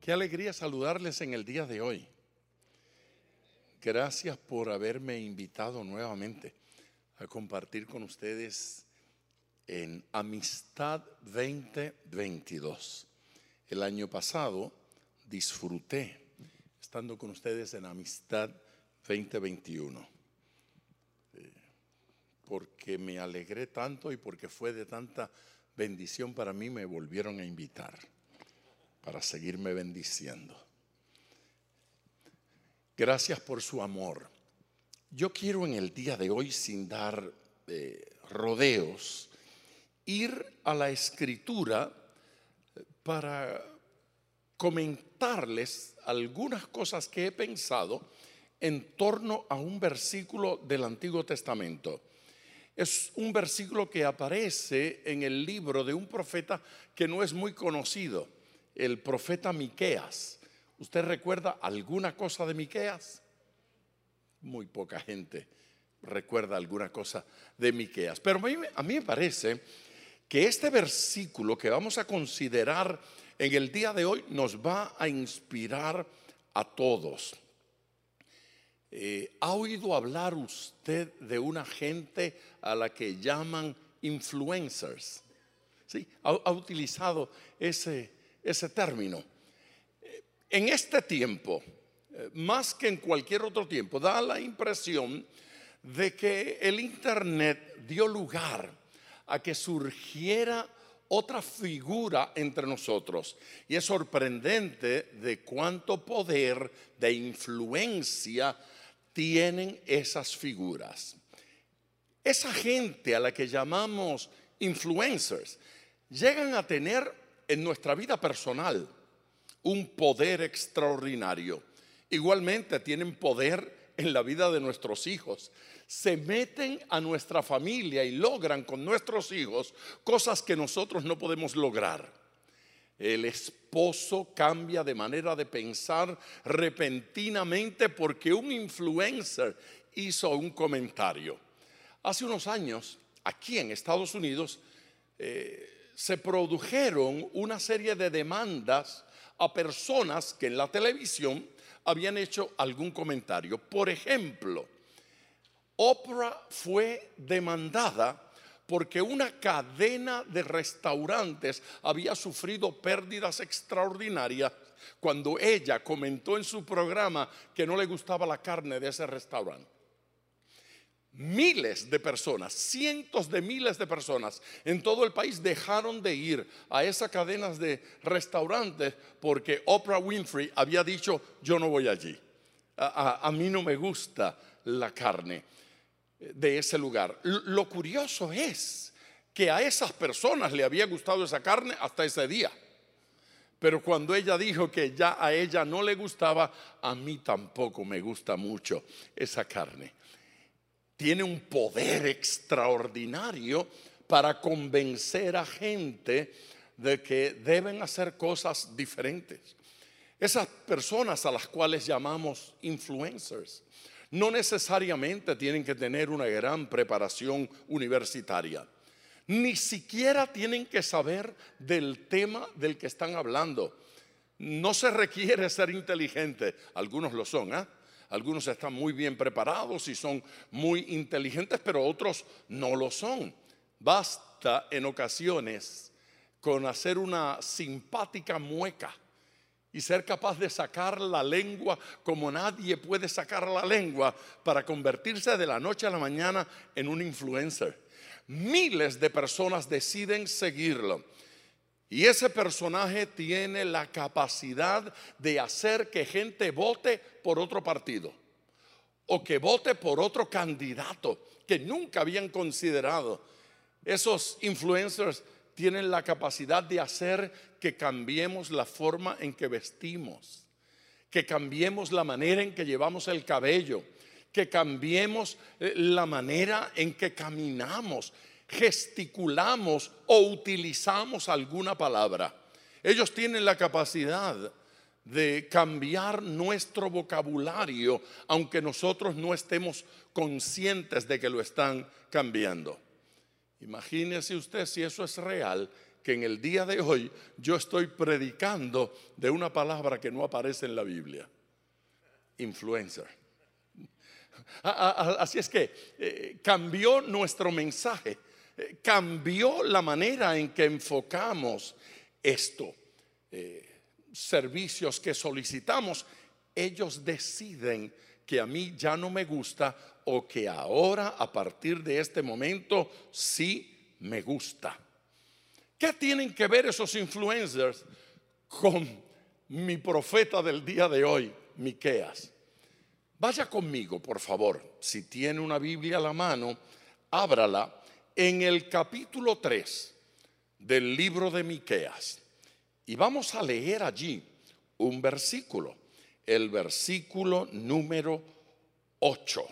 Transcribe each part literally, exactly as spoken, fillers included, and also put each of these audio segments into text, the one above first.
Qué alegría saludarles en el día de hoy. Gracias por haberme invitado nuevamente a compartir con ustedes en Amistad veinte veintidós. El año pasado disfruté estando con ustedes en Amistad veinte veintiuno, eh, porque me alegré tanto y porque fue de tanta bendición para mí, me volvieron a invitar para seguirme bendiciendo. Gracias por su amor. Yo quiero en el día de hoy, sin dar eh, rodeos, ir a la Escritura para comentarles algunas cosas que he pensado en torno a un versículo del Antiguo Testamento. Es un versículo que aparece en el libro de un profeta que no es muy conocido, el profeta Miqueas. ¿Usted recuerda alguna cosa de Miqueas? Muy poca gente recuerda alguna cosa de Miqueas. Pero a mí, a mí me parece que este versículo que vamos a considerar en el día de hoy nos va a inspirar a todos. Eh, ¿Ha oído hablar usted de una gente a la que llaman influencers? ¿Sí? ¿Ha, ha utilizado ese, ese término? Eh, en este tiempo, eh, más que en cualquier otro tiempo, da la impresión de que el Internet dio lugar a que surgiera otra figura entre nosotros. Y es sorprendente de cuánto poder de influencia tienen esas figuras. Esa gente a la que llamamos influencers llegan a tener en nuestra vida personal un poder extraordinario. Igualmente tienen poder en la vida de nuestros hijos. Se meten a nuestra familia y logran con nuestros hijos cosas que nosotros no podemos lograr. El esposo cambia de manera de pensar repentinamente porque un influencer hizo un comentario. Hace unos años, aquí en Estados Unidos, eh, se produjeron una serie de demandas a personas que en la televisión habían hecho algún comentario. Por ejemplo, Oprah fue demandada porque una cadena de restaurantes había sufrido pérdidas extraordinarias cuando ella comentó en su programa que no le gustaba la carne de ese restaurante. Miles de personas, cientos de miles de personas en todo el país dejaron de ir a esas cadenas de restaurantes porque Oprah Winfrey había dicho: yo no voy allí, a, a, a mí no me gusta la carne de ese lugar. Lo curioso es que a esas personas le había gustado esa carne hasta ese día, pero cuando ella dijo que ya a ella no le gustaba, a mí tampoco me gusta mucho esa carne. Tiene un poder extraordinario para convencer a gente de que deben hacer cosas diferentes. Esas personas a las cuales llamamos influencers no necesariamente tienen que tener una gran preparación universitaria. Ni siquiera tienen que saber del tema del que están hablando. No se requiere ser inteligente. Algunos lo son, ¿eh? Algunos están muy bien preparados y son muy inteligentes, pero otros no lo son. Basta en ocasiones con hacer una simpática mueca y ser capaz de sacar la lengua como nadie puede sacar la lengua para convertirse de la noche a la mañana en un influencer. Miles de personas deciden seguirlo. Y ese personaje tiene la capacidad de hacer que gente vote por otro partido o que vote por otro candidato que nunca habían considerado. Esos influencers tienen la capacidad de hacer que cambiemos la forma en que vestimos, que cambiemos la manera en que llevamos el cabello, que cambiemos la manera en que caminamos, gesticulamos o utilizamos alguna palabra. Ellos tienen la capacidad de cambiar nuestro vocabulario, aunque nosotros no estemos conscientes de que lo están cambiando. Imagínese usted si eso es real, que en el día de hoy yo estoy predicando de una palabra que no aparece en la Biblia: influencer. Así es que eh, cambió nuestro mensaje, eh, cambió la manera en que enfocamos esto. Eh, servicios que solicitamos, ellos deciden que a mí ya no me gusta, o que ahora, a partir de este momento, sí me gusta. ¿Qué tienen que ver esos influencers con mi profeta del día de hoy, Miqueas? Vaya conmigo, por favor. Si tiene una Biblia a la mano, ábrala en el capítulo tres del libro de Miqueas. Y vamos a leer allí un versículo, el versículo número ocho.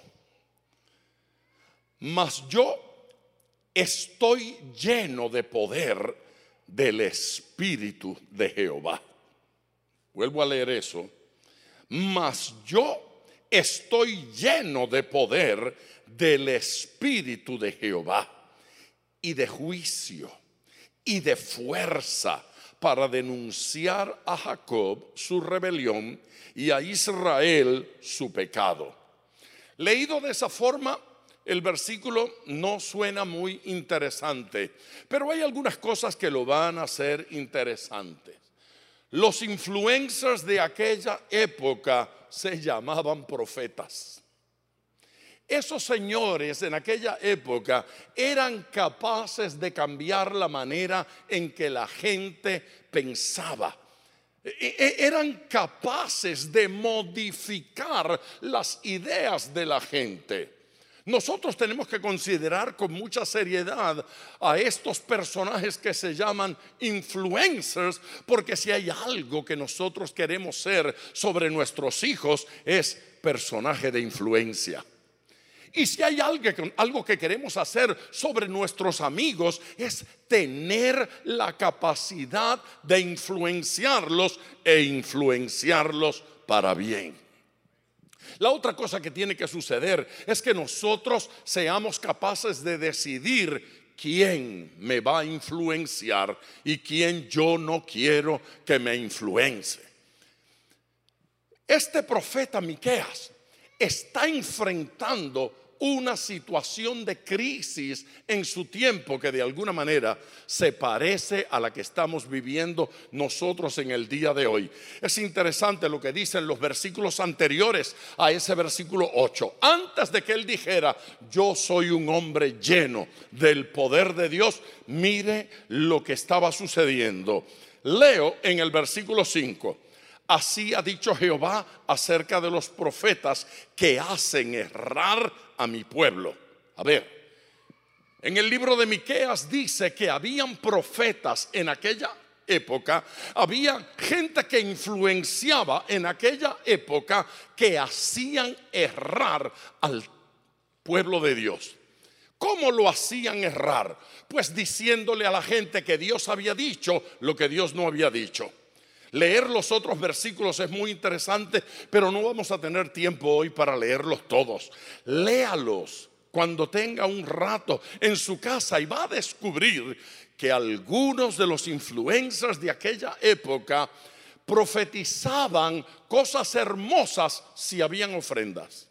Mas yo estoy lleno de poder del Espíritu de Jehová. Vuelvo a leer eso. Mas yo estoy lleno de poder del Espíritu de Jehová, y de juicio y de fuerza, para denunciar a Jacob su rebelión y a Israel su pecado. Leído de esa forma, el versículo no suena muy interesante, pero hay algunas cosas que lo van a hacer interesantes. Los influencers de aquella época se llamaban profetas. Esos señores en aquella época eran capaces de cambiar la manera en que la gente pensaba. Eran capaces de modificar las ideas de la gente. Nosotros tenemos que considerar con mucha seriedad a estos personajes que se llaman influencers, porque si hay algo que nosotros queremos ser sobre nuestros hijos, es personaje de influencia. Y si hay algo, algo que queremos hacer sobre nuestros amigos, es tener la capacidad de influenciarlos e influenciarlos para bien. La otra cosa que tiene que suceder es que nosotros seamos capaces de decidir quién me va a influenciar y quién yo no quiero que me influencie. Este profeta Miqueas está enfrentando una situación de crisis en su tiempo que de alguna manera se parece a la que estamos viviendo nosotros en el día de hoy. Es interesante lo que dicen los versículos anteriores a ese versículo ocho. Antes de que él dijera: yo soy un hombre lleno del poder de Dios, mire lo que estaba sucediendo. Leo en el versículo cinco. Así ha dicho Jehová acerca de los profetas que hacen errar a mi pueblo. A ver, en el libro de Miqueas dice que habían profetas en aquella época, había gente que influenciaba en aquella época, que hacían errar al pueblo de Dios. ¿Cómo lo hacían errar? Pues diciéndole a la gente que Dios había dicho lo que Dios no había dicho. Leer los otros versículos es muy interesante, pero no vamos a tener tiempo hoy para leerlos todos. Léalos cuando tenga un rato en su casa y va a descubrir que algunos de los influencers de aquella época profetizaban cosas hermosas si habían ofrendas.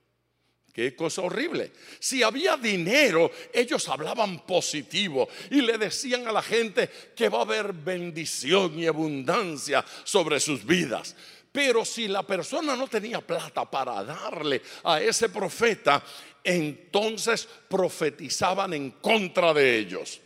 Qué cosa horrible. Si había dinero, ellos hablaban positivo y le decían a la gente que va a haber bendición y abundancia sobre sus vidas. Pero si la persona no tenía plata para darle a ese profeta, entonces profetizaban en contra de ellos.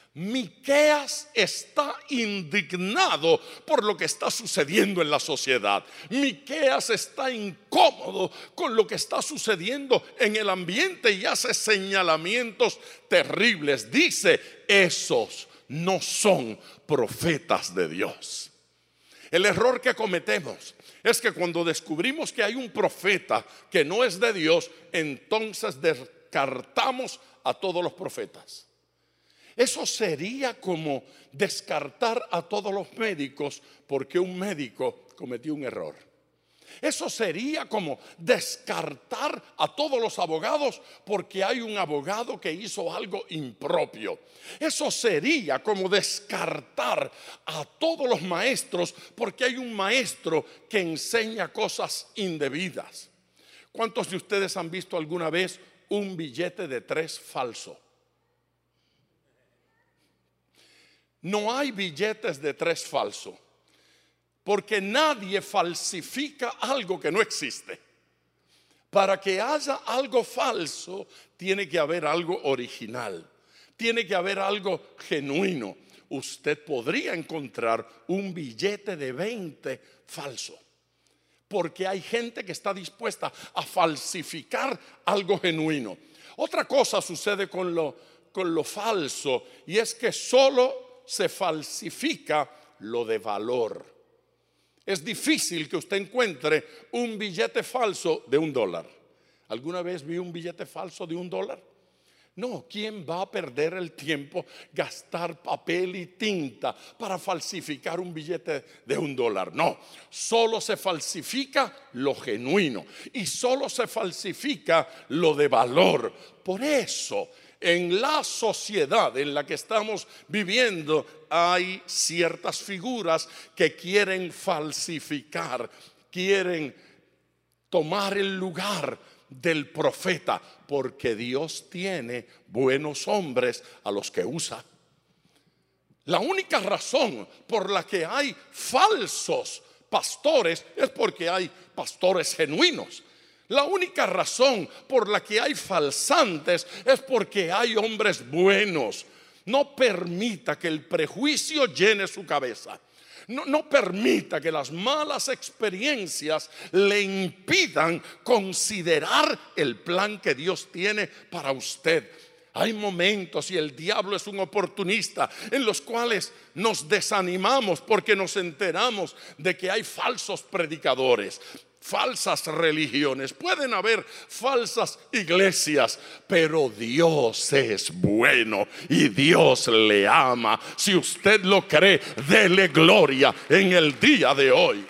Miqueas está indignado por lo que está sucediendo en la sociedad. Miqueas está incómodo con lo que está sucediendo en el ambiente y hace señalamientos terribles. Dice: esos no son profetas de Dios. El error que cometemos es que cuando descubrimos que hay un profeta que no es de Dios, entonces descartamos a todos los profetas. Eso sería como descartar a todos los médicos porque un médico cometió un error. Eso sería como descartar a todos los abogados porque hay un abogado que hizo algo impropio. Eso sería como descartar a todos los maestros porque hay un maestro que enseña cosas indebidas. ¿Cuántos de ustedes han visto alguna vez un billete de tres falso? No hay billetes de tres falso, porque nadie falsifica algo que no existe. Para que haya algo falso, tiene que haber algo original, tiene que haber algo genuino. Usted podría encontrar un billete de veinte falso, porque hay gente que está dispuesta a falsificar algo genuino. Otra cosa sucede con lo, con lo falso, y es que solo se falsifica lo de valor. Es difícil que usted encuentre un billete falso de un dólar. ¿Alguna vez vio un billete falso de un dólar? No, ¿quién va a perder el tiempo gastar papel y tinta para falsificar un billete de un dólar? No, solo se falsifica lo genuino y solo se falsifica lo de valor. Por eso, en la sociedad en la que estamos viviendo hay ciertas figuras que quieren falsificar, quieren tomar el lugar del profeta, porque Dios tiene buenos hombres a los que usa. La única razón por la que hay falsos pastores es porque hay pastores genuinos. La única razón por la que hay falsantes es porque hay hombres buenos. No permita que el prejuicio llene su cabeza. No, no permita que las malas experiencias le impidan considerar el plan que Dios tiene para usted. Hay momentos, y el diablo es un oportunista, en los cuales nos desanimamos porque nos enteramos de que hay falsos predicadores, falsas religiones, pueden haber falsas iglesias, pero Dios es bueno y Dios le ama. Si usted lo cree, dele gloria en el día de hoy.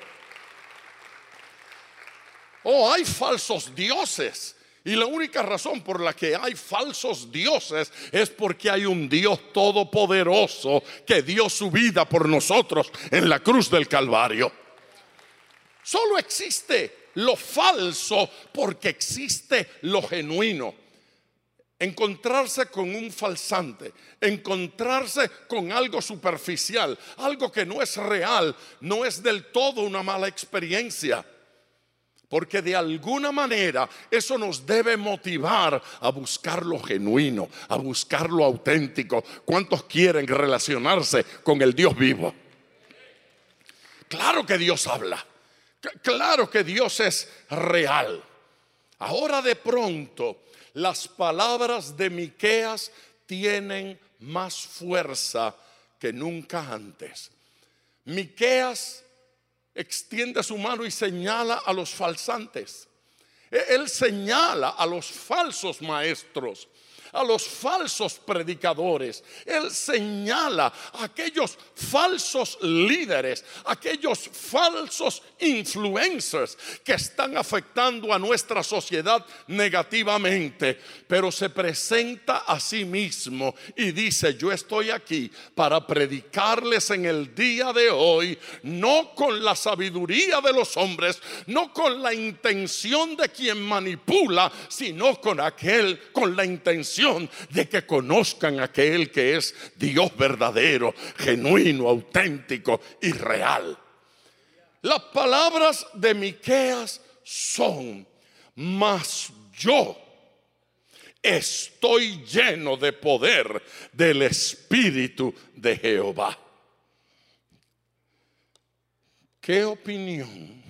Oh, hay falsos dioses, y la única razón por la que hay falsos dioses es porque hay un Dios todopoderoso que dio su vida por nosotros en la cruz del Calvario. Solo existe lo falso porque existe lo genuino. Encontrarse con un falsante, encontrarse con algo superficial, algo que no es real, no es del todo una mala experiencia, porque de alguna manera eso nos debe motivar a buscar lo genuino, a buscar lo auténtico. ¿Cuántos quieren relacionarse con el Dios vivo? Claro que Dios habla. Claro que Dios es real. Ahora de pronto las palabras de Miqueas tienen más fuerza que nunca antes. Miqueas extiende su mano y señala a los falsantes. Él señala a los falsos maestros, a los falsos predicadores. Él señala a aquellos falsos líderes, aquellos falsos influencers que están afectando a nuestra sociedad negativamente. Pero se presenta a sí mismo y dice: yo estoy aquí para predicarles en el día de hoy, no con la sabiduría de los hombres, no con la intención de quien manipula, sino con aquel, con la intención de que conozcan a aquel que es Dios verdadero, genuino, auténtico y real. Las palabras de Miqueas son: mas yo estoy lleno de poder del Espíritu de Jehová. ¿Qué opinión?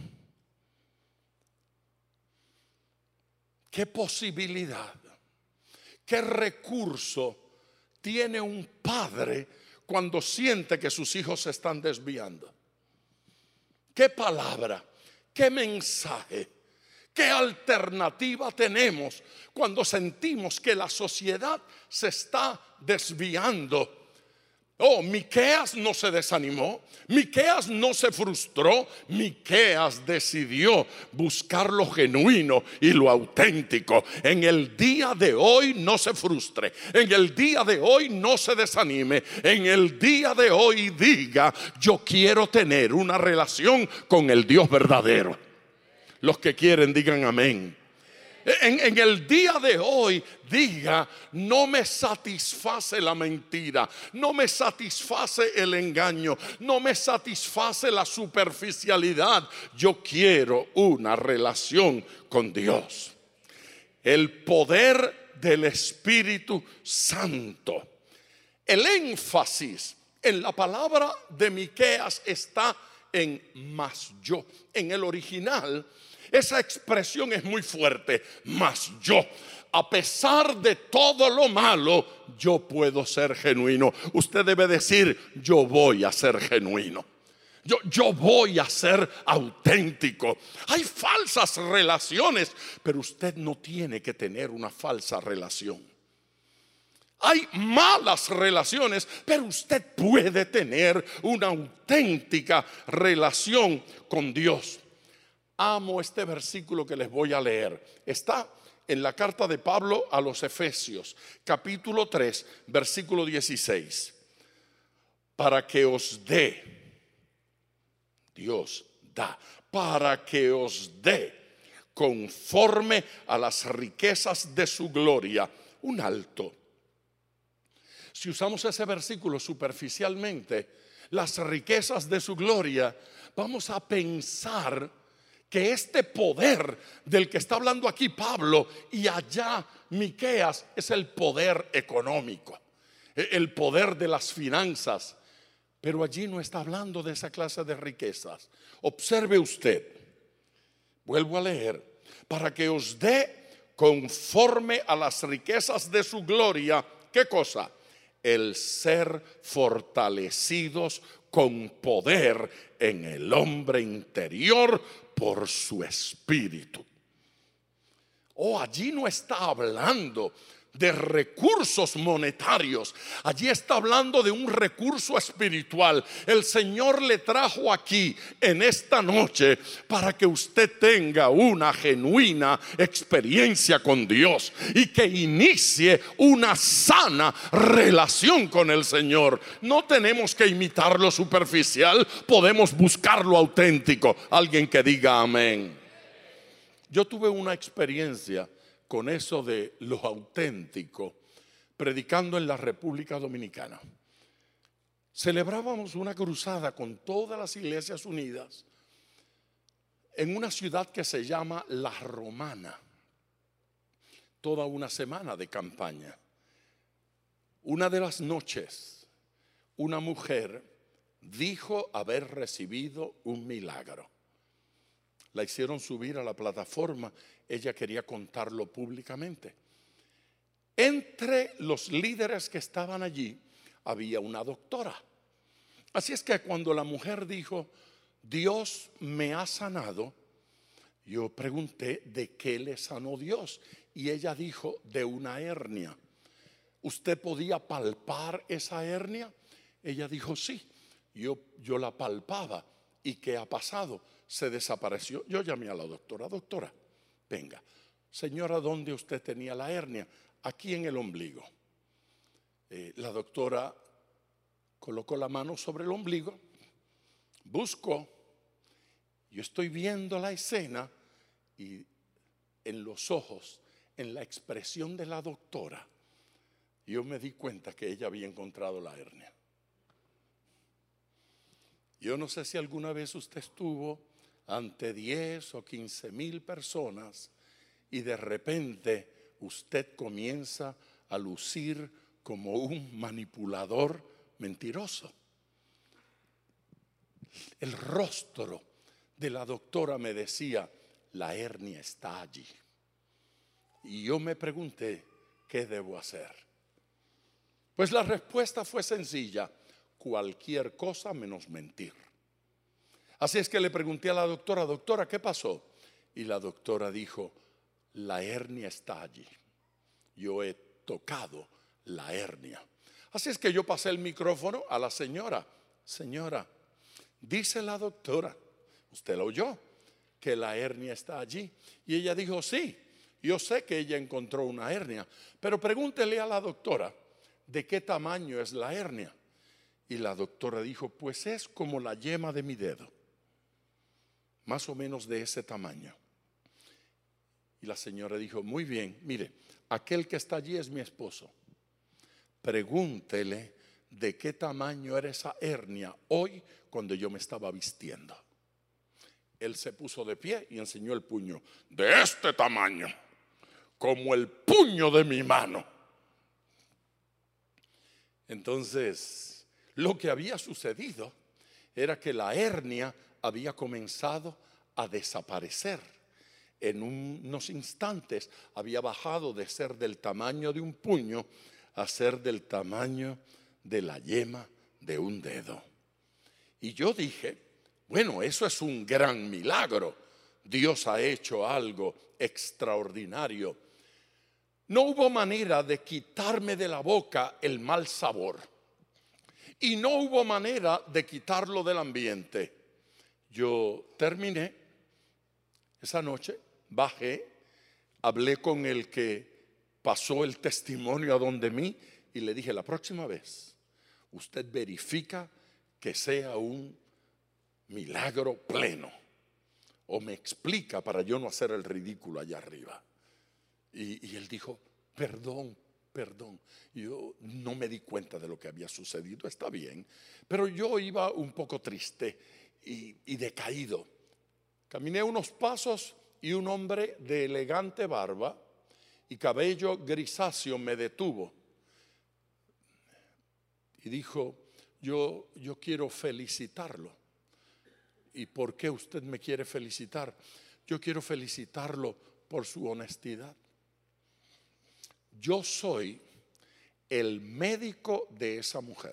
¿Qué posibilidad? ¿Qué recurso tiene un padre cuando siente que sus hijos se están desviando? ¿Qué palabra? ¿Qué mensaje? ¿Qué alternativa tenemos cuando sentimos que la sociedad se está desviando? Oh, Miqueas no se desanimó, Miqueas no se frustró, Miqueas decidió buscar lo genuino y lo auténtico. En el día de hoy no se frustre, en el día de hoy no se desanime, en el día de hoy diga: yo quiero tener una relación con el Dios verdadero. Los que quieren digan amén. En, en el día de hoy diga: no me satisface la mentira, no me satisface el engaño, no me satisface la superficialidad. Yo quiero una relación con Dios. El poder del Espíritu Santo. El énfasis en la palabra de Miqueas está en mas yo. En el original esa expresión es muy fuerte: mas yo, a pesar de todo lo malo, yo puedo ser genuino. Usted debe decir: yo voy a ser genuino. Yo, yo voy a ser auténtico. Hay falsas relaciones, pero usted no tiene que tener una falsa relación. Hay malas relaciones, pero usted puede tener una auténtica relación con Dios. Amo este versículo que les voy a leer. Está en la carta de Pablo a los Efesios, capítulo tres, versículo dieciséis. Para que os dé, Dios da, para que os dé, conforme a las riquezas de su gloria, un alto. Si usamos ese versículo superficialmente, las riquezas de su gloria, vamos a pensar que este poder del que está hablando aquí Pablo y allá Miqueas es el poder económico, el poder de las finanzas. Pero allí no está hablando de esa clase de riquezas. Observe usted, vuelvo a leer: para que os dé conforme a las riquezas de su gloria, ¿qué cosa? El ser fortalecidos con poder en el hombre interior por su espíritu. Oh, allí no está hablando de recursos monetarios, allí está hablando de un recurso espiritual. El Señor le trajo aquí en esta noche para que usted tenga una genuina experiencia con Dios y que inicie una sana relación con el Señor. No tenemos que imitar lo superficial, podemos buscar lo auténtico. Alguien que diga amén. Yo tuve una experiencia con eso de lo auténtico, predicando en la República Dominicana. Celebrábamos una cruzada con todas las iglesias unidas en una ciudad que se llama La Romana. Toda una semana de campaña. Una de las noches, una mujer dijo haber recibido un milagro. La hicieron subir a la plataforma. Ella quería contarlo públicamente. Entre los líderes que estaban allí había una doctora. Así es que cuando la mujer dijo: Dios me ha sanado, yo pregunté: ¿de qué le sanó Dios? Y ella dijo: de una hernia. ¿Usted podía palpar esa hernia? Ella dijo: sí. Yo, yo la palpaba. ¿Y qué ha pasado? Se desapareció. Yo llamé a la doctora: doctora, venga. Señora, ¿dónde usted tenía la hernia? Aquí en el ombligo. Eh, la doctora colocó la mano sobre el ombligo, buscó. Yo estoy viendo la escena y en los ojos, en la expresión de la doctora, yo me di cuenta que ella había encontrado la hernia. Yo no sé si alguna vez usted estuvo ante diez o quince mil personas y de repente usted comienza a lucir como un manipulador mentiroso. El rostro de la doctora me decía: la hernia está allí. Y yo me pregunté: ¿qué debo hacer? Pues la respuesta fue sencilla: cualquier cosa menos mentir. Así es que le pregunté a la doctora: doctora, ¿qué pasó? Y la doctora dijo: la hernia está allí. Yo he tocado la hernia. Así es que yo pasé el micrófono a la señora. Señora, dice la doctora, usted lo oyó, que la hernia está allí. Y ella dijo, sí, yo sé que ella encontró una hernia, pero pregúntele a la doctora de qué tamaño es la hernia. Y la doctora dijo, pues es como la yema de mi dedo, más o menos de ese tamaño. Y la señora dijo, muy bien, mire, aquel que está allí es mi esposo. Pregúntele de qué tamaño era esa hernia hoy cuando yo me estaba vistiendo. Él se puso de pie y enseñó el puño. De este tamaño, como el puño de mi mano. Entonces, lo que había sucedido era que la hernia había comenzado a desaparecer. En unos instantes había bajado de ser del tamaño de un puño a ser del tamaño de la yema de un dedo. Y yo dije, bueno, eso es un gran milagro. Dios ha hecho algo extraordinario. No hubo manera de quitarme de la boca el mal sabor. Y no hubo manera de quitarlo del ambiente. Yo terminé esa noche, bajé, hablé con el que pasó el testimonio a donde mí y le dije, la próxima vez usted verifica que sea un milagro pleno o me explica para yo no hacer el ridículo allá arriba. Y, y él dijo, perdón, perdón. Yo no me di cuenta de lo que había sucedido, está bien, pero yo iba un poco triste y, y decaído. Caminé unos pasos y un hombre de elegante barba y cabello grisáceo me detuvo y dijo, yo, yo quiero felicitarlo. ¿Y por qué usted me quiere felicitar? Yo quiero felicitarlo por su honestidad. Yo soy el médico de esa mujer.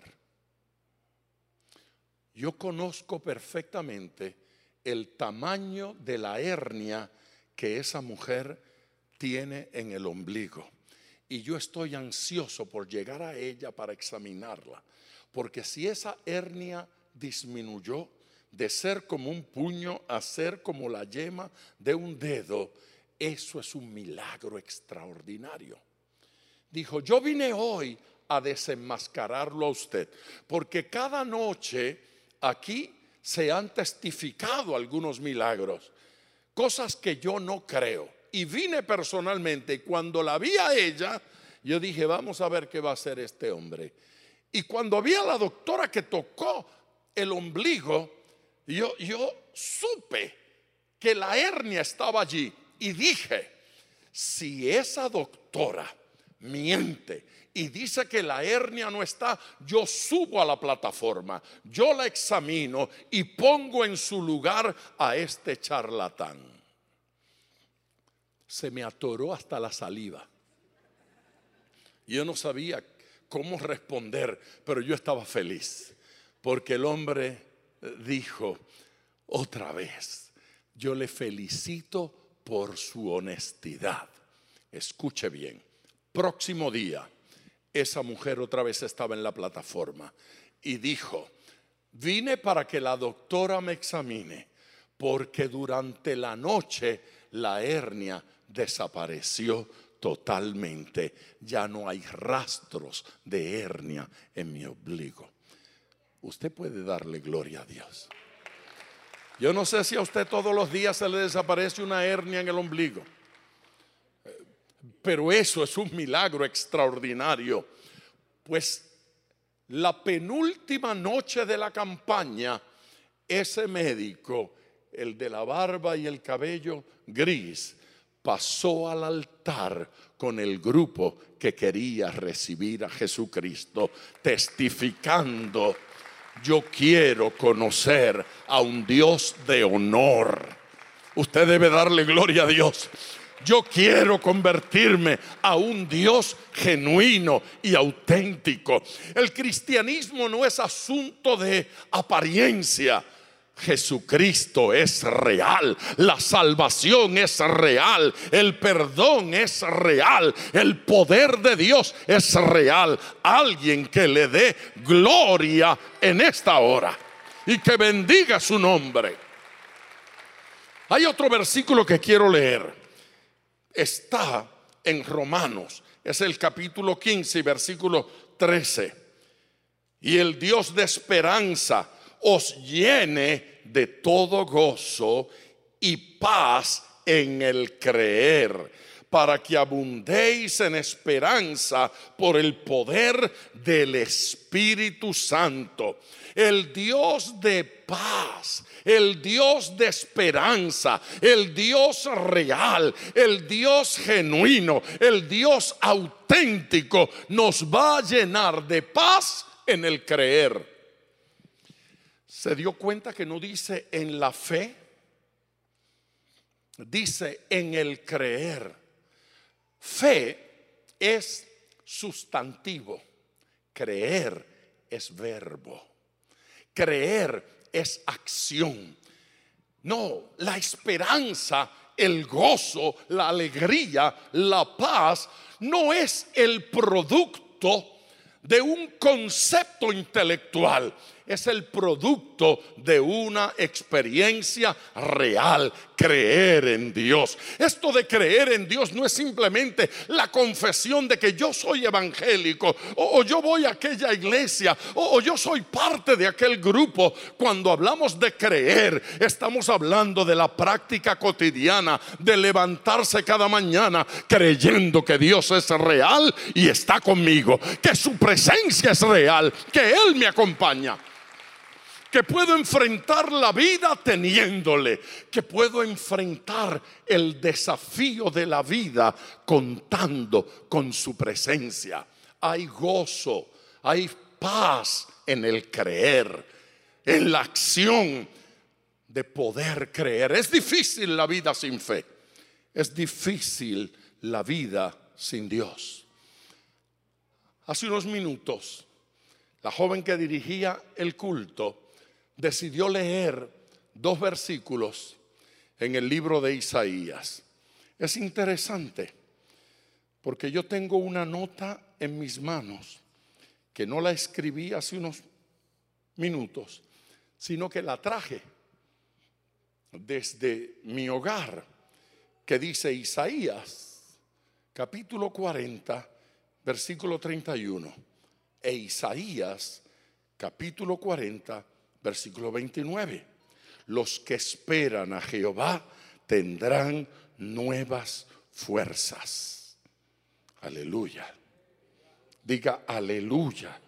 Yo conozco perfectamente el tamaño de la hernia que esa mujer tiene en el ombligo. Y yo estoy ansioso por llegar a ella para examinarla. Porque si esa hernia disminuyó de ser como un puño a ser como la yema de un dedo, eso es un milagro extraordinario. Dijo, yo vine hoy a desenmascararlo a usted, porque cada noche aquí se han testificado algunos milagros, cosas que yo no creo. Y vine personalmente y cuando la vi a ella, yo dije, vamos a ver qué va a hacer este hombre. Y cuando vi a la doctora que tocó el ombligo, yo, yo supe que la hernia estaba allí. Y dije, si esa doctora miente y dice que la hernia no está, yo subo a la plataforma, yo la examino y pongo en su lugar a este charlatán. Se me atoró hasta la saliva. Yo no sabía cómo responder, pero yo estaba feliz porque el hombre dijo, otra vez, yo le felicito por su honestidad. Escuche bien, próximo día, esa mujer otra vez estaba en la plataforma y dijo, vine para que la doctora me examine, porque durante la noche la hernia desapareció totalmente. Ya no hay rastros de hernia en mi ombligo. Usted puede darle gloria a Dios. Yo no sé si a usted todos los días se le desaparece una hernia en el ombligo, pero eso es un milagro extraordinario. Pues la penúltima noche de la campaña, ese médico, el de la barba y el cabello gris, pasó al altar con el grupo que quería recibir a Jesucristo, testificando, yo quiero conocer a un Dios de honor. Usted debe darle gloria a Dios. Yo quiero convertirme a un Dios genuino y auténtico. El cristianismo no es asunto de apariencia. Jesucristo es real, la salvación es real, el perdón es real, el poder de Dios es real. Alguien que le dé gloria en esta hora y que bendiga su nombre. Hay otro versículo que quiero leer. Está en Romanos, es el capítulo quince, versículo trece. Y el Dios de esperanza os llene de todo gozo y paz en el creer, para que abundéis en esperanza por el poder del Espíritu Santo. El Dios de paz, el Dios de esperanza, el Dios real, el Dios genuino, el Dios auténtico nos va a llenar de paz en el creer. ¿Se dio cuenta que no dice en la fe? Dice en el creer. Fe es sustantivo, creer es verbo, creer es acción. No, la esperanza, el gozo, la alegría, la paz no es el producto de un concepto intelectual, es el producto de una experiencia real. Creer en Dios. Esto de creer en Dios no es simplemente la confesión de que yo soy evangélico, o, o yo voy a aquella iglesia, o, o yo soy parte de aquel grupo. Cuando hablamos de creer, estamos hablando de la práctica cotidiana, de levantarse cada mañana creyendo que Dios es real y está conmigo, que su presencia es real, que Él me acompaña, que puedo enfrentar la vida teniéndole, que puedo enfrentar el desafío de la vida contando con su presencia. Hay gozo, hay paz en el creer, en la acción de poder creer. Es difícil la vida sin fe, es difícil la vida sin Dios. Hace unos minutos, la joven que dirigía el culto decidió leer dos versículos en el libro de Isaías. Es interesante porque yo tengo una nota en mis manos que no la escribí hace unos minutos, sino que la traje desde mi hogar, que dice Isaías capítulo cuarenta versículo treinta y uno e Isaías capítulo cuarenta versículo veintinueve. Los que esperan a Jehová tendrán nuevas fuerzas. Aleluya. Diga aleluya.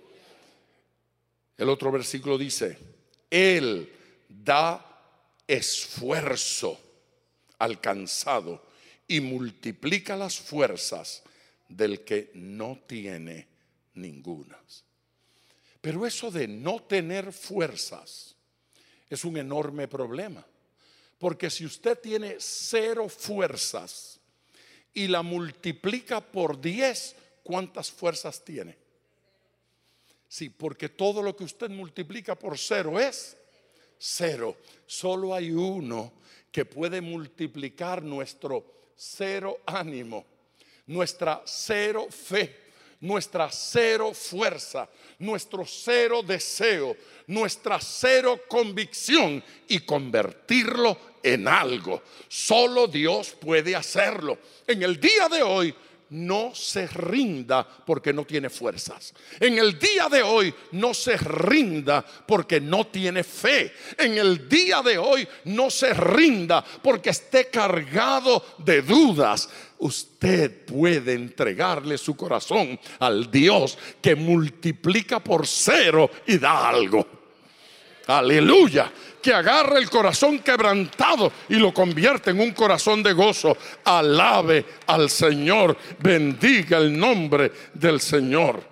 El otro versículo dice: Él da esfuerzo al cansado y multiplica las fuerzas del que no tiene ningunas. Pero eso de no tener fuerzas es un enorme problema, porque si usted tiene cero fuerzas y la multiplica por diez, ¿cuántas fuerzas tiene? Sí, porque todo lo que usted multiplica por cero es cero. Solo hay uno que puede multiplicar nuestro cero ánimo, nuestra cero fe, nuestra cero fuerza, nuestro cero deseo, nuestra cero convicción, y convertirlo en algo. Solo Dios puede hacerlo. En el día de hoy, no se rinda porque no tiene fuerzas. En el día de hoy, no se rinda porque no tiene fe. En el día de hoy, no se rinda porque esté cargado de dudas. Usted puede entregarle su corazón al Dios que multiplica por cero y da algo. Aleluya. Que agarra el corazón quebrantado y lo convierte en un corazón de gozo. Alabe al Señor, bendiga el nombre del Señor.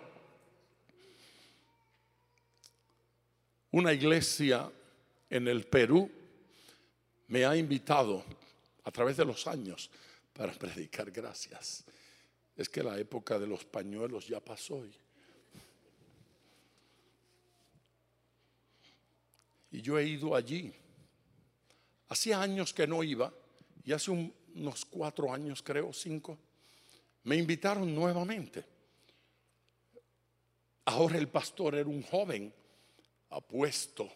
Una iglesia en el Perú me ha invitado a través de los años para predicar. Gracias. Es que la época de los pañuelos ya pasó. Y yo he ido allí. Hacía años que no iba, y hace un, unos cuatro años, creo, cinco, me invitaron nuevamente. Ahora el pastor era un joven apuesto.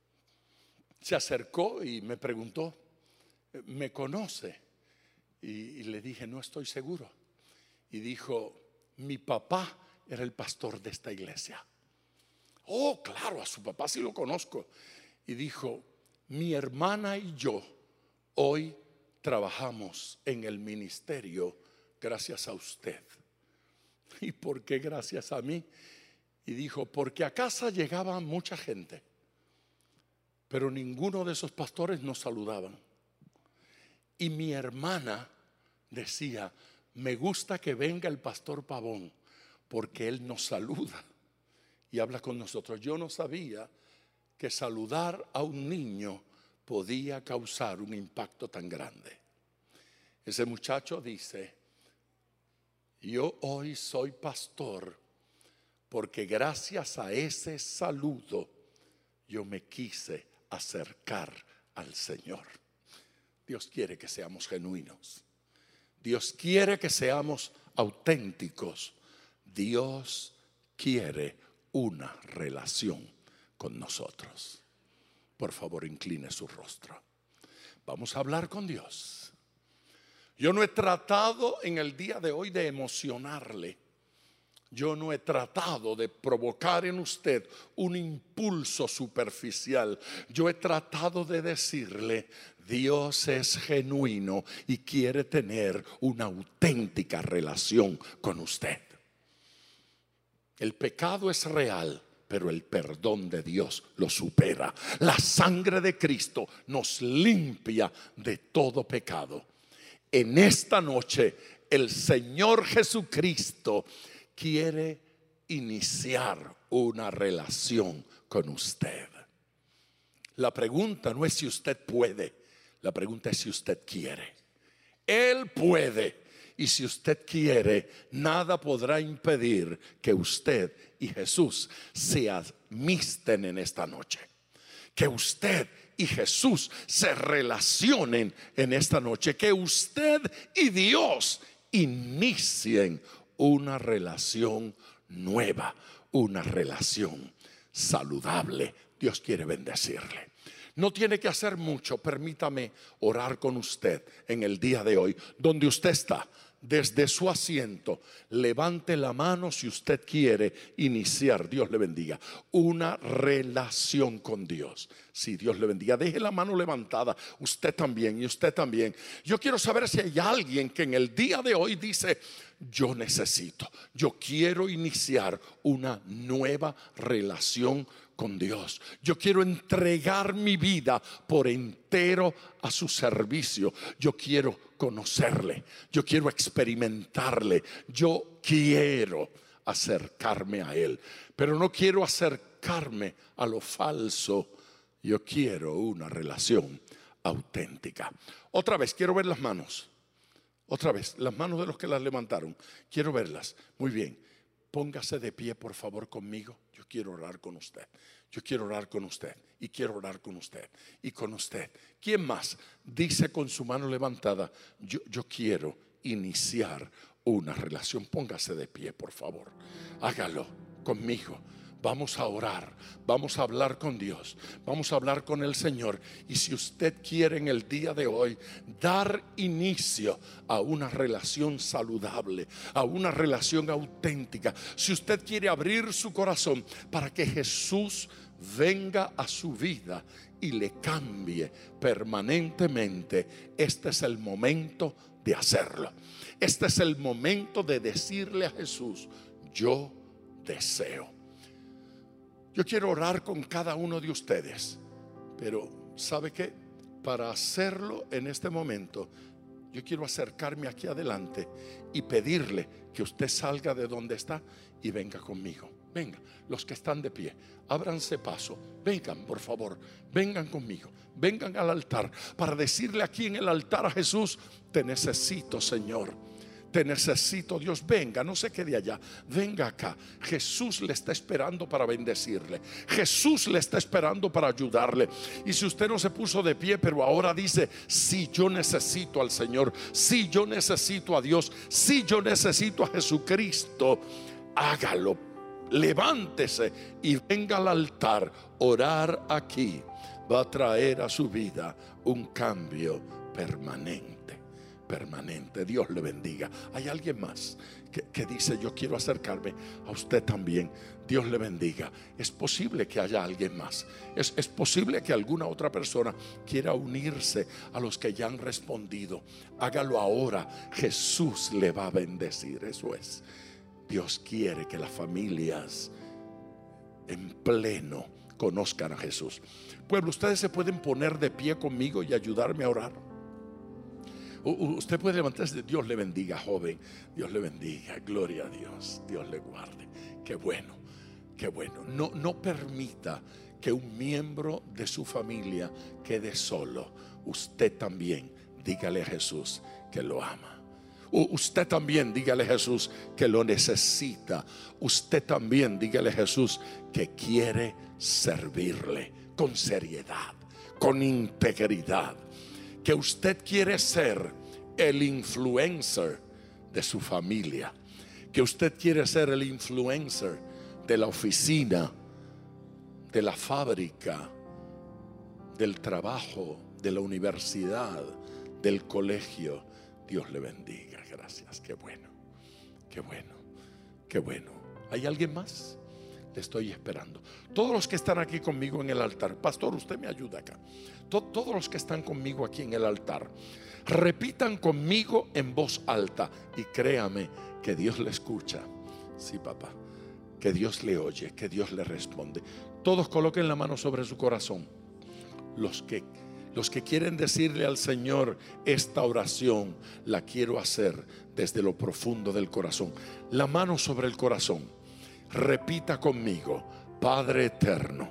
Se acercó y me preguntó, ¿me conoce? Y, y le dije, no estoy seguro. Y dijo, mi papá era el pastor de esta iglesia. Oh, claro, a su papá sí lo conozco. Y dijo, mi hermana y yo hoy trabajamos en el ministerio gracias a usted. ¿Y por qué gracias a mí? Y dijo, porque a casa llegaba mucha gente, pero ninguno de esos pastores nos saludaban. Y mi hermana decía, me gusta que venga el pastor Pavón, porque él nos saluda y habla con nosotros. Yo no sabía que saludar a un niño podía causar un impacto tan grande. Ese muchacho dice, yo hoy soy pastor porque gracias a ese saludo yo me quise acercar al Señor. Dios quiere que seamos genuinos. Dios quiere que seamos auténticos. Dios quiere una relación con nosotros. Por favor, incline su rostro. Vamos a hablar con Dios. Yo no he tratado en el día de hoy de emocionarle. Yo no he tratado de provocar en usted un impulso superficial. Yo he tratado de decirle, Dios es genuino y quiere tener una auténtica relación con usted. El pecado es real, pero el perdón de Dios lo supera. La sangre de Cristo nos limpia de todo pecado. En esta noche, el Señor Jesucristo quiere iniciar una relación con usted. La pregunta no es si usted puede, la pregunta es si usted quiere. Él puede. Y si usted quiere, nada podrá impedir que usted y Jesús se amisten en esta noche. Que usted y Jesús se relacionen en esta noche. Que usted y Dios inicien una relación nueva, una relación saludable. Dios quiere bendecirle. No tiene que hacer mucho. Permítame orar con usted en el día de hoy, donde usted está. Desde su asiento, levante la mano si usted quiere iniciar, Dios le bendiga, una relación con Dios. Si Dios le bendiga, deje la mano levantada, usted también y usted también. Yo quiero saber si hay alguien que en el día de hoy dice, yo necesito, yo quiero iniciar una nueva relación con Dios. Yo quiero entregar mi vida por entero a su servicio. Yo quiero conocerle, yo quiero experimentarle, yo quiero acercarme a Él, pero no quiero acercarme a lo falso. Yo quiero una relación auténtica. Otra vez, quiero ver las manos. Otra vez, las manos de los que las levantaron. Quiero verlas. Muy bien. Póngase de pie, por favor, conmigo. Yo quiero orar con usted. Yo quiero orar con usted. Y quiero orar con usted. Y con usted. ¿Quién más dice con su mano levantada, yo, yo quiero iniciar una relación? Póngase de pie, por favor. Hágalo conmigo. Vamos a orar, vamos a hablar con Dios, vamos a hablar con el Señor. Y si usted quiere en el día de hoy dar inicio a una relación saludable, a una relación auténtica, si usted quiere abrir su corazón para que Jesús venga a su vida y le cambie permanentemente, este es el momento de hacerlo. Este es el momento de decirle a Jesús, yo deseo. Yo quiero orar con cada uno de ustedes, pero ¿sabe qué? Para hacerlo en este momento, yo quiero acercarme aquí adelante y pedirle que usted salga de donde está y venga conmigo. Venga, los que están de pie, ábranse paso, vengan por favor, vengan conmigo, vengan al altar para decirle aquí en el altar a Jesús, te necesito, Señor. Te necesito, Dios, venga, no se quede allá, venga acá. Jesús le está esperando para bendecirle. Jesús le está esperando para ayudarle. Y si usted no se puso de pie, pero ahora dice: si yo necesito al Señor, si yo necesito a Dios, si yo necesito a Jesucristo, hágalo. Levántese y venga al altar. Orar aquí va a traer a su vida un cambio permanente. Permanente. Dios le bendiga. Hay alguien más que, que dice: yo quiero acercarme a usted también. Dios le bendiga. Es posible que haya alguien más. Es, es posible que alguna otra persona quiera unirse a los que ya han respondido. Hágalo ahora. Jesús le va a bendecir. Eso es. Dios quiere que las familias en pleno conozcan a Jesús. Pueblo, ustedes se pueden poner de pie conmigo y ayudarme a orar. Usted puede levantarse. Dios le bendiga, joven. Dios le bendiga. Gloria a Dios. Dios le guarde. Qué bueno, qué bueno. No, no permita que un miembro de su familia quede solo. Usted también dígale a Jesús que lo ama. Usted también dígale a Jesús que lo necesita. Usted también dígale a Jesús que quiere servirle con seriedad, con integridad. Que usted quiere ser el influencer de su familia. Que usted quiere ser el influencer de la oficina, de la fábrica, del trabajo, de la universidad, del colegio. Dios le bendiga. Gracias. Qué bueno, qué bueno, qué bueno. ¿Hay alguien más? Le estoy esperando. Todos los que están aquí conmigo en el altar. Pastor, usted me ayuda acá. Todos los que están conmigo aquí en el altar, repitan conmigo en voz alta. Y créame que Dios le escucha. Sí, papá. Que Dios le oye, que Dios le responde. Todos coloquen la mano sobre su corazón. Los que, los que quieren decirle al Señor: esta oración la quiero hacer desde lo profundo del corazón. La mano sobre el corazón. Repita conmigo: Padre eterno,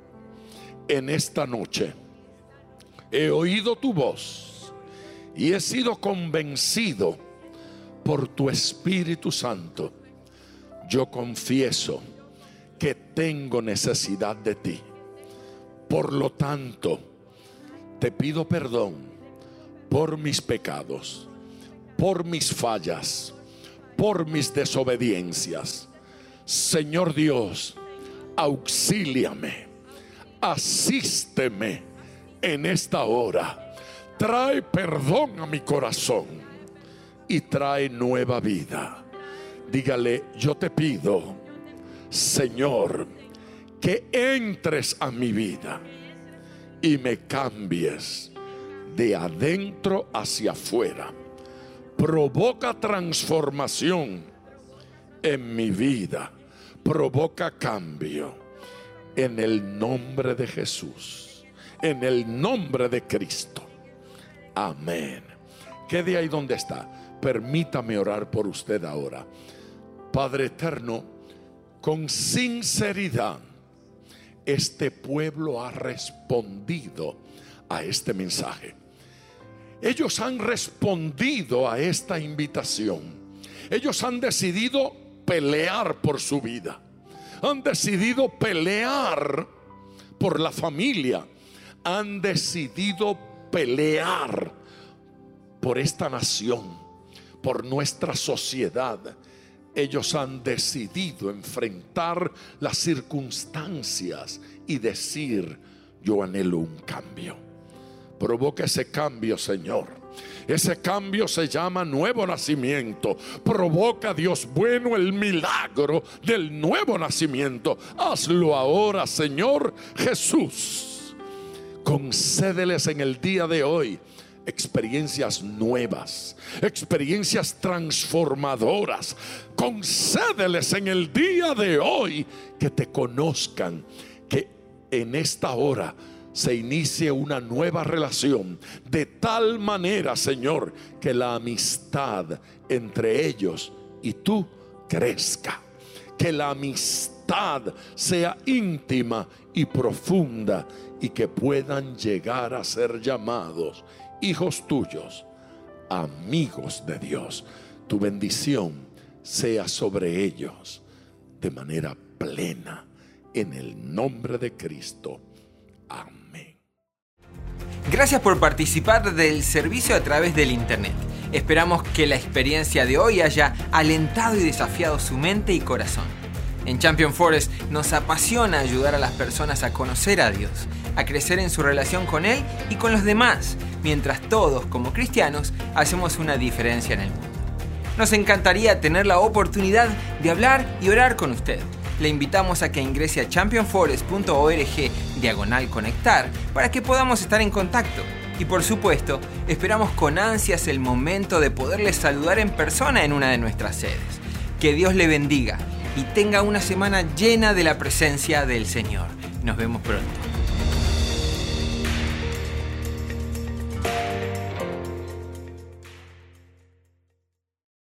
en esta noche he oído tu voz y he sido convencido por tu Espíritu Santo. Yo confieso que tengo necesidad de ti. Por lo tanto, te pido perdón por mis pecados, por mis fallas, por mis desobediencias. Señor Dios, auxíliame, asísteme en esta hora. Trae perdón a mi corazón y trae nueva vida. Dígale: yo te pido, Señor, que entres a mi vida y me cambies de adentro hacia afuera. Provoca transformación en mi vida. Provoca cambio en el nombre de Jesús, en el nombre de Cristo. Amén. Quede ahí donde está. Permítame orar por usted ahora. Padre eterno, con sinceridad, este pueblo ha respondido a este mensaje. Ellos han respondido a esta invitación. Ellos han decidido pelear por su vida. Han decidido pelear por la familia. Han decidido pelear por esta nación, por nuestra sociedad. Ellos han decidido enfrentar las circunstancias y decir: yo anhelo un cambio. Provoca ese cambio, Señor. Ese cambio se llama nuevo nacimiento. Provoca, Dios bueno, el milagro del nuevo nacimiento. Hazlo ahora, Señor Jesús. Concédeles en el día de hoy experiencias nuevas, experiencias transformadoras. Concédeles en el día de hoy que te conozcan, que en esta hora se inicie una nueva relación, de tal manera, Señor, que la amistad entre ellos y tú crezca. Que la amistad sea íntima y profunda, y que puedan llegar a ser llamados hijos tuyos, amigos de Dios. tu bendición sea sobre ellos de manera plena, en el nombre de Cristo. Amén. Gracias por participar del servicio a través del internet. Esperamos que la experiencia de hoy haya alentado y desafiado su mente y corazón. En Champion Forest nos apasiona ayudar a las personas a conocer a Dios, a crecer en su relación con Él y con los demás, mientras todos, como cristianos, hacemos una diferencia en el mundo. Nos encantaría tener la oportunidad de hablar y orar con usted. Le invitamos a que ingrese a champion forest punto org diagonal conectar para que podamos estar en contacto. Y por supuesto, esperamos con ansias el momento de poderle saludar en persona en una de nuestras sedes. Que Dios le bendiga y tenga una semana llena de la presencia del Señor. Nos vemos pronto.